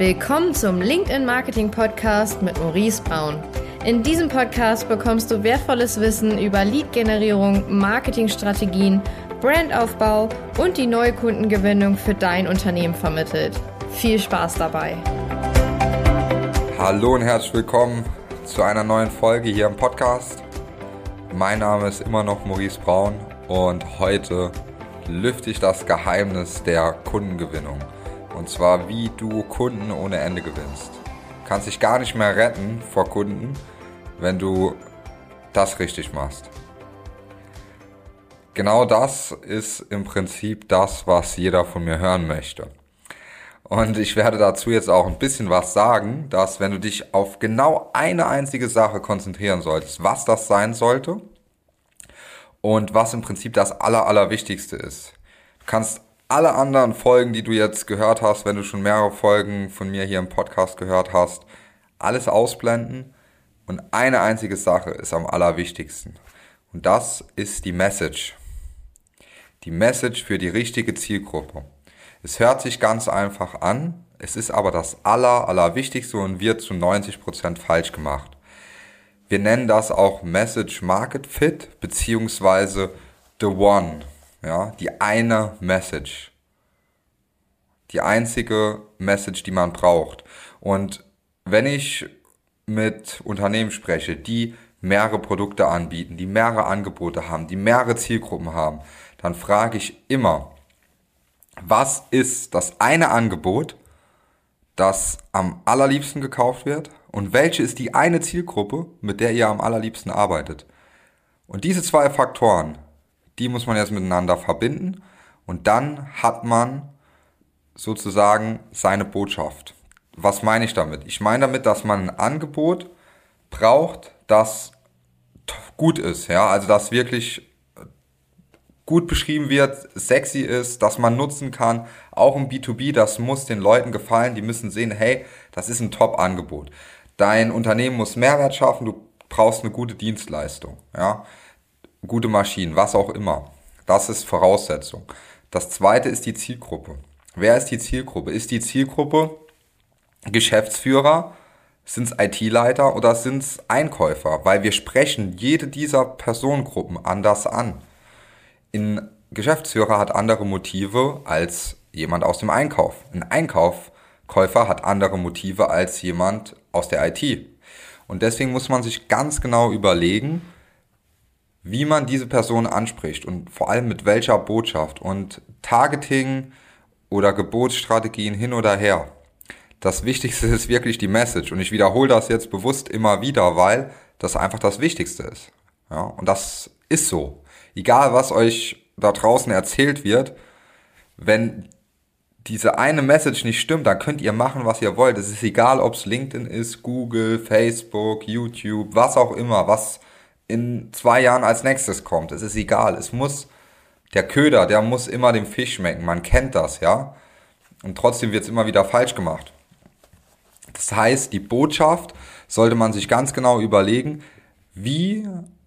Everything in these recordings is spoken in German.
Willkommen zum LinkedIn Marketing Podcast mit Maurice Braun. In diesem Podcast bekommst du wertvolles Wissen über Lead-Generierung, Marketingstrategien, Brandaufbau und die neue Kundengewinnung für dein Unternehmen vermittelt. Viel Spaß dabei! Hallo und herzlich willkommen zu einer neuen Folge hier im Podcast. Mein Name ist immer noch Maurice Braun und heute lüfte ich das Geheimnis der Kundengewinnung. Und zwar, wie du Kunden ohne Ende gewinnst. Du kannst dich gar nicht mehr retten vor Kunden, wenn du das richtig machst. Genau das ist im Prinzip das, was jeder von mir hören möchte. Und ich werde dazu jetzt auch ein bisschen was sagen, dass wenn du dich auf genau eine einzige Sache konzentrieren solltest, was das sein sollte und was im Prinzip das Allerwichtigste ist. Du kannst alle anderen Folgen, die du jetzt gehört hast, wenn du schon mehrere Folgen von mir hier im Podcast gehört hast, alles ausblenden und eine einzige Sache ist am allerwichtigsten. Und das ist die Message. Die Message für die richtige Zielgruppe. Es hört sich ganz einfach an, es ist aber das Allerwichtigste und wird zu 90% falsch gemacht. Wir nennen das auch Message Market Fit beziehungsweise The One. Ja, die eine Message. Die einzige Message, die man braucht. Und wenn ich mit Unternehmen spreche, die mehrere Produkte anbieten, die mehrere Angebote haben, die mehrere Zielgruppen haben, dann frage ich immer, was ist das eine Angebot, das am allerliebsten gekauft wird? Und welche ist die eine Zielgruppe, mit der ihr am allerliebsten arbeitet? Und diese zwei Faktoren, die muss man jetzt miteinander verbinden und dann hat man sozusagen seine Botschaft. Was meine ich damit? Ich meine damit, dass man ein Angebot braucht, das gut ist, ja, also das wirklich gut beschrieben wird, sexy ist, dass man nutzen kann, auch im B2B, das muss den Leuten gefallen, die müssen sehen, hey, das ist ein Top-Angebot. Dein Unternehmen muss Mehrwert schaffen, du brauchst eine gute Dienstleistung, ja. Gute Maschinen, was auch immer. Das ist Voraussetzung. Das zweite ist die Zielgruppe. Wer ist die Zielgruppe? Ist die Zielgruppe Geschäftsführer? Sind es IT-Leiter oder sind es Einkäufer? Weil wir sprechen jede dieser Personengruppen anders an. Ein Geschäftsführer hat andere Motive als jemand aus dem Einkauf. Ein Einkaufskäufer hat andere Motive als jemand aus der IT. Und deswegen muss man sich ganz genau überlegen, wie man diese Person anspricht und vor allem mit welcher Botschaft und Targeting oder Gebotsstrategien hin oder her. Das Wichtigste ist wirklich die Message und ich wiederhole das jetzt bewusst immer wieder, weil das einfach das Wichtigste ist. Ja, und das ist so. Egal, was euch da draußen erzählt wird, wenn diese eine Message nicht stimmt, dann könnt ihr machen, was ihr wollt. Es ist egal, ob es LinkedIn ist, Google, Facebook, YouTube, was auch immer, was in 2 Jahren als nächstes kommt. Es ist egal. Der Köder, der muss immer dem Fisch schmecken. Man kennt das, ja. Und trotzdem wird es immer wieder falsch gemacht. Das heißt, die Botschaft sollte man sich ganz genau überlegen, wie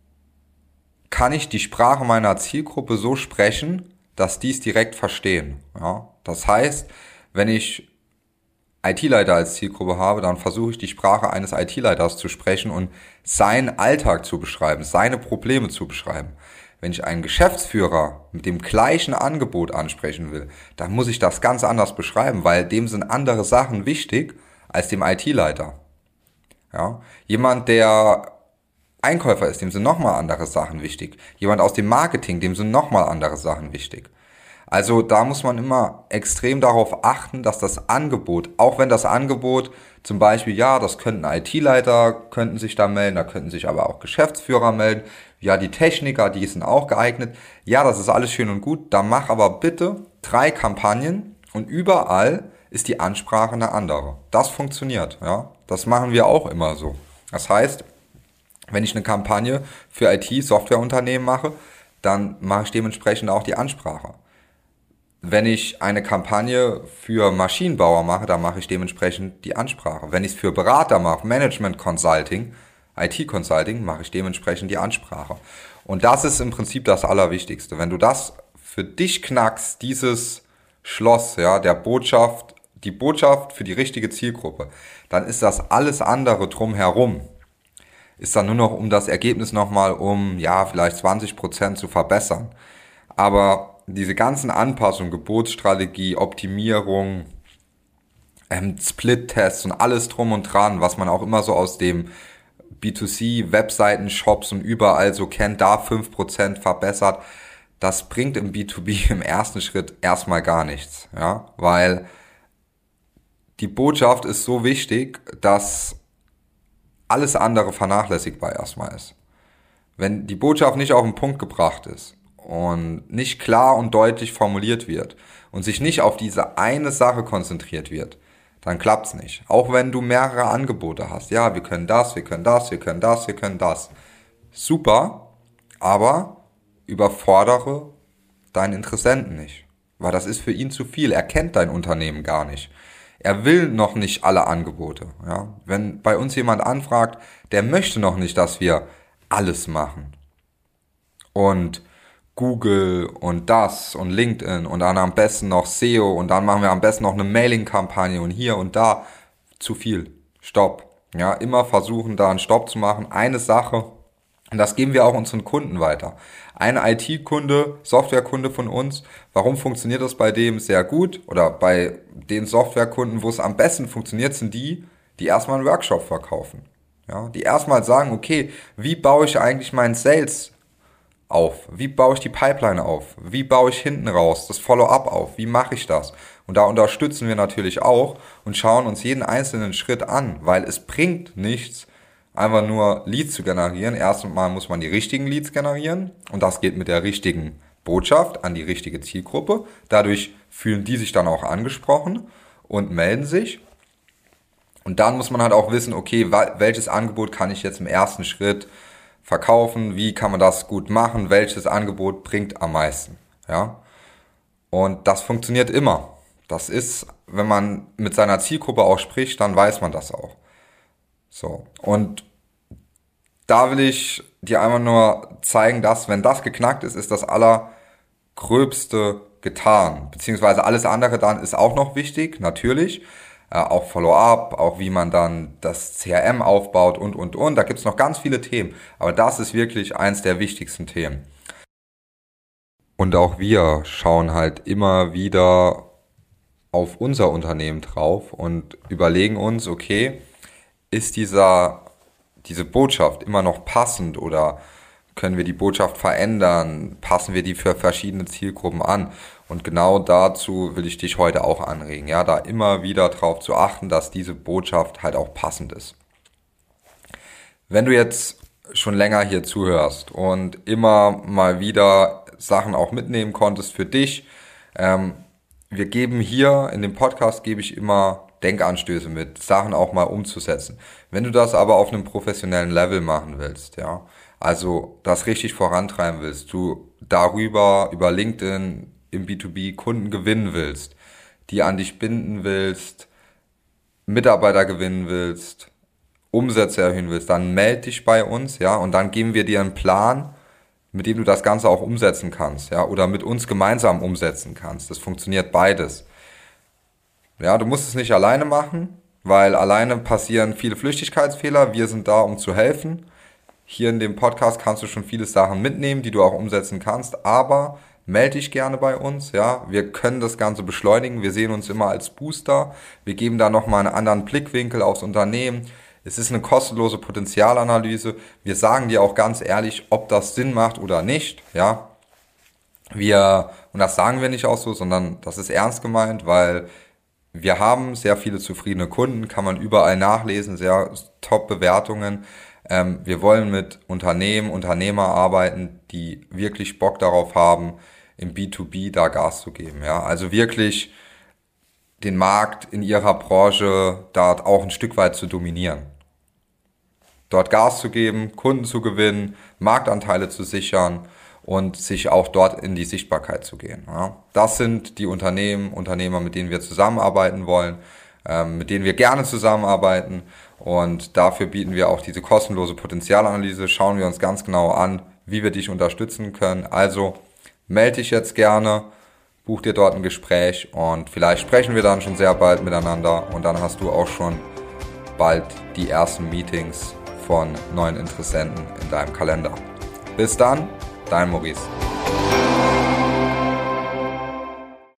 kann ich die Sprache meiner Zielgruppe so sprechen, dass die es direkt verstehen. Ja. Das heißt, wenn ich IT-Leiter als Zielgruppe habe, dann versuche ich die Sprache eines IT-Leiters zu sprechen und seinen Alltag zu beschreiben, seine Probleme zu beschreiben. Wenn ich einen Geschäftsführer mit dem gleichen Angebot ansprechen will, dann muss ich das ganz anders beschreiben, weil dem sind andere Sachen wichtig als dem IT-Leiter. Ja? Jemand, der Einkäufer ist, dem sind nochmal andere Sachen wichtig. Jemand aus dem Marketing, dem sind nochmal andere Sachen wichtig. Also da muss man immer extrem darauf achten, dass das Angebot, auch wenn das Angebot zum Beispiel, ja, das könnten IT-Leiter, könnten sich da melden, da könnten sich aber auch Geschäftsführer melden, ja, die Techniker, die sind auch geeignet. Ja, das ist alles schön und gut, dann mach aber bitte 3 Kampagnen und überall ist die Ansprache eine andere. Das funktioniert, ja. Das machen wir auch immer so. Das heißt, wenn ich eine Kampagne für IT-Softwareunternehmen mache, dann mache ich dementsprechend auch die Ansprache. Wenn ich eine Kampagne für Maschinenbauer mache, dann mache ich dementsprechend die Ansprache. Wenn ich es für Berater mache, Management Consulting, IT Consulting, mache ich dementsprechend die Ansprache. Und das ist im Prinzip das Allerwichtigste. Wenn du das für dich knackst, dieses Schloss, ja, der Botschaft die Botschaft für die richtige Zielgruppe, dann ist das alles andere drumherum, ist dann nur noch um das Ergebnis nochmal vielleicht 20% zu verbessern. Aber diese ganzen Anpassungen, Gebotsstrategie, Optimierung, Split-Tests und alles drum und dran, was man auch immer so aus dem B2C, Webseiten, Shops und überall so kennt, da 5% verbessert, das bringt im B2B im ersten Schritt erstmal gar nichts, ja, weil die Botschaft ist so wichtig, dass alles andere vernachlässigbar erstmal ist. Wenn die Botschaft nicht auf den Punkt gebracht ist und nicht klar und deutlich formuliert wird und sich nicht auf diese eine Sache konzentriert wird, dann klappt's nicht. Auch wenn du mehrere Angebote hast. Ja, wir können das, wir können das, wir können das, wir können das. Super, aber überfordere deinen Interessenten nicht. Weil das ist für ihn zu viel. Er kennt dein Unternehmen gar nicht. Er will noch nicht alle Angebote. Ja? Wenn bei uns jemand anfragt, der möchte noch nicht, dass wir alles machen. Und Google und das und LinkedIn und dann am besten noch SEO und dann machen wir am besten noch eine Mailing-Kampagne und hier und da. Zu viel. Stopp. Ja, immer versuchen, da einen Stopp zu machen. Eine Sache. Und das geben wir auch unseren Kunden weiter. Ein IT-Kunde, Softwarekunde von uns, warum funktioniert das bei dem sehr gut? Oder bei den Softwarekunden, wo es am besten funktioniert, sind die erstmal einen Workshop verkaufen. Ja, die erstmal sagen, okay, wie baue ich eigentlich meinen Sales auf? Wie baue ich die Pipeline auf? Wie baue ich hinten raus das Follow-up auf? Wie mache ich das? Und da unterstützen wir natürlich auch und schauen uns jeden einzelnen Schritt an, weil es bringt nichts, einfach nur Leads zu generieren. Erstmal muss man die richtigen Leads generieren und das geht mit der richtigen Botschaft an die richtige Zielgruppe. Dadurch fühlen die sich dann auch angesprochen und melden sich. Und dann muss man halt auch wissen, okay, welches Angebot kann ich jetzt im ersten Schritt verkaufen, wie kann man das gut machen, welches Angebot bringt am meisten, ja. Und das funktioniert immer. Das ist, wenn man mit seiner Zielgruppe auch spricht, dann weiß man das auch. So, und da will ich dir einfach nur zeigen, dass, wenn das geknackt ist, ist das Allergröbste getan. Beziehungsweise alles andere dann ist auch noch wichtig, natürlich. Auch Follow-up, auch wie man dann das CRM aufbaut und. Da gibt's noch ganz viele Themen. Aber das ist wirklich eins der wichtigsten Themen. Und auch wir schauen halt immer wieder auf unser Unternehmen drauf und überlegen uns, okay, ist diese Botschaft immer noch passend oder können wir die Botschaft verändern? Passen wir die für verschiedene Zielgruppen an? Und genau dazu will ich dich heute auch anregen, ja, da immer wieder drauf zu achten, dass diese Botschaft halt auch passend ist. Wenn du jetzt schon länger hier zuhörst und immer mal wieder Sachen auch mitnehmen konntest für dich, wir geben hier in dem Podcast gebe ich immer Denkanstöße mit, Sachen auch mal umzusetzen. Wenn du das aber auf einem professionellen Level machen willst, ja, also das richtig vorantreiben willst, du darüber über LinkedIn im B2B Kunden gewinnen willst, die an dich binden willst, Mitarbeiter gewinnen willst, Umsätze erhöhen willst, dann melde dich bei uns, ja, und dann geben wir dir einen Plan, mit dem du das Ganze auch umsetzen kannst, ja, oder mit uns gemeinsam umsetzen kannst. Das funktioniert beides. Ja, du musst es nicht alleine machen, weil alleine passieren viele Flüchtigkeitsfehler. Wir sind da, um zu helfen. Hier in dem Podcast kannst du schon viele Sachen mitnehmen, die du auch umsetzen kannst, aber melde dich gerne bei uns, ja. Wir können das Ganze beschleunigen. Wir sehen uns immer als Booster. Wir geben da nochmal einen anderen Blickwinkel aufs Unternehmen. Es ist eine kostenlose Potenzialanalyse. Wir sagen dir auch ganz ehrlich, ob das Sinn macht oder nicht, ja. Und das sagen wir nicht auch so, sondern das ist ernst gemeint, weil wir haben sehr viele zufriedene Kunden, kann man überall nachlesen, sehr Top-Bewertungen. Wir wollen mit Unternehmer arbeiten, die wirklich Bock darauf haben, im B2B da Gas zu geben, ja. Also wirklich den Markt in ihrer Branche da auch ein Stück weit zu dominieren. Dort Gas zu geben, Kunden zu gewinnen, Marktanteile zu sichern und sich auch dort in die Sichtbarkeit zu gehen. Ja. Das sind die Unternehmer, mit denen wir zusammenarbeiten wollen, mit denen wir gerne zusammenarbeiten, und dafür bieten wir auch diese kostenlose Potenzialanalyse, schauen wir uns ganz genau an, wie wir dich unterstützen können. Also melde dich jetzt gerne buch dir dort ein Gespräch und vielleicht sprechen wir dann schon sehr bald miteinander und dann hast du auch schon bald die ersten Meetings von neuen Interessenten in deinem Kalender. Bis dann, dein Maurice.